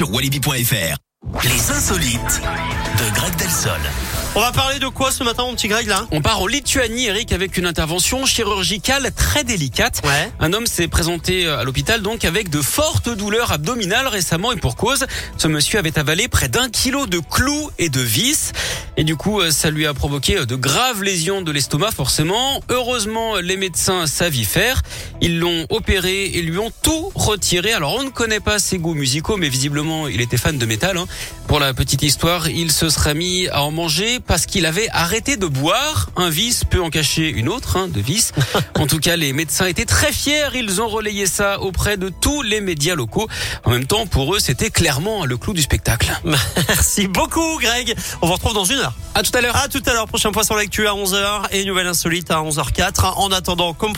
sur walibi.fr. Les insolites de Greg Delsol. On va parler de quoi ce matin, mon petit Greg, là? On part en Lituanie, Eric, avec une intervention chirurgicale très délicate. Ouais. Un homme s'est présenté à l'hôpital donc avec de fortes douleurs abdominales récemment et pour cause. Ce monsieur avait avalé près d'1 kilo de clous et de vis. Et du coup, ça lui a provoqué de graves lésions de l'estomac, forcément. Heureusement, les médecins savent y faire. Ils l'ont opéré et lui ont tout retiré. Alors, on ne connaît pas ses goûts musicaux, mais visiblement, il était fan de métal. Pour la petite histoire, il se serait mis à en manger parce qu'il avait arrêté de boire. Un vice peut en cacher une autre, de vice. En tout cas, les médecins étaient très fiers. Ils ont relayé ça auprès de tous les médias locaux. En même temps, pour eux, c'était clairement le clou du spectacle. Merci beaucoup, Greg. On vous retrouve dans 1 heure. À tout à l'heure. À tout à l'heure. Prochain point sur l'actu à 11h et une nouvelle insolite à 11h04. En attendant, comme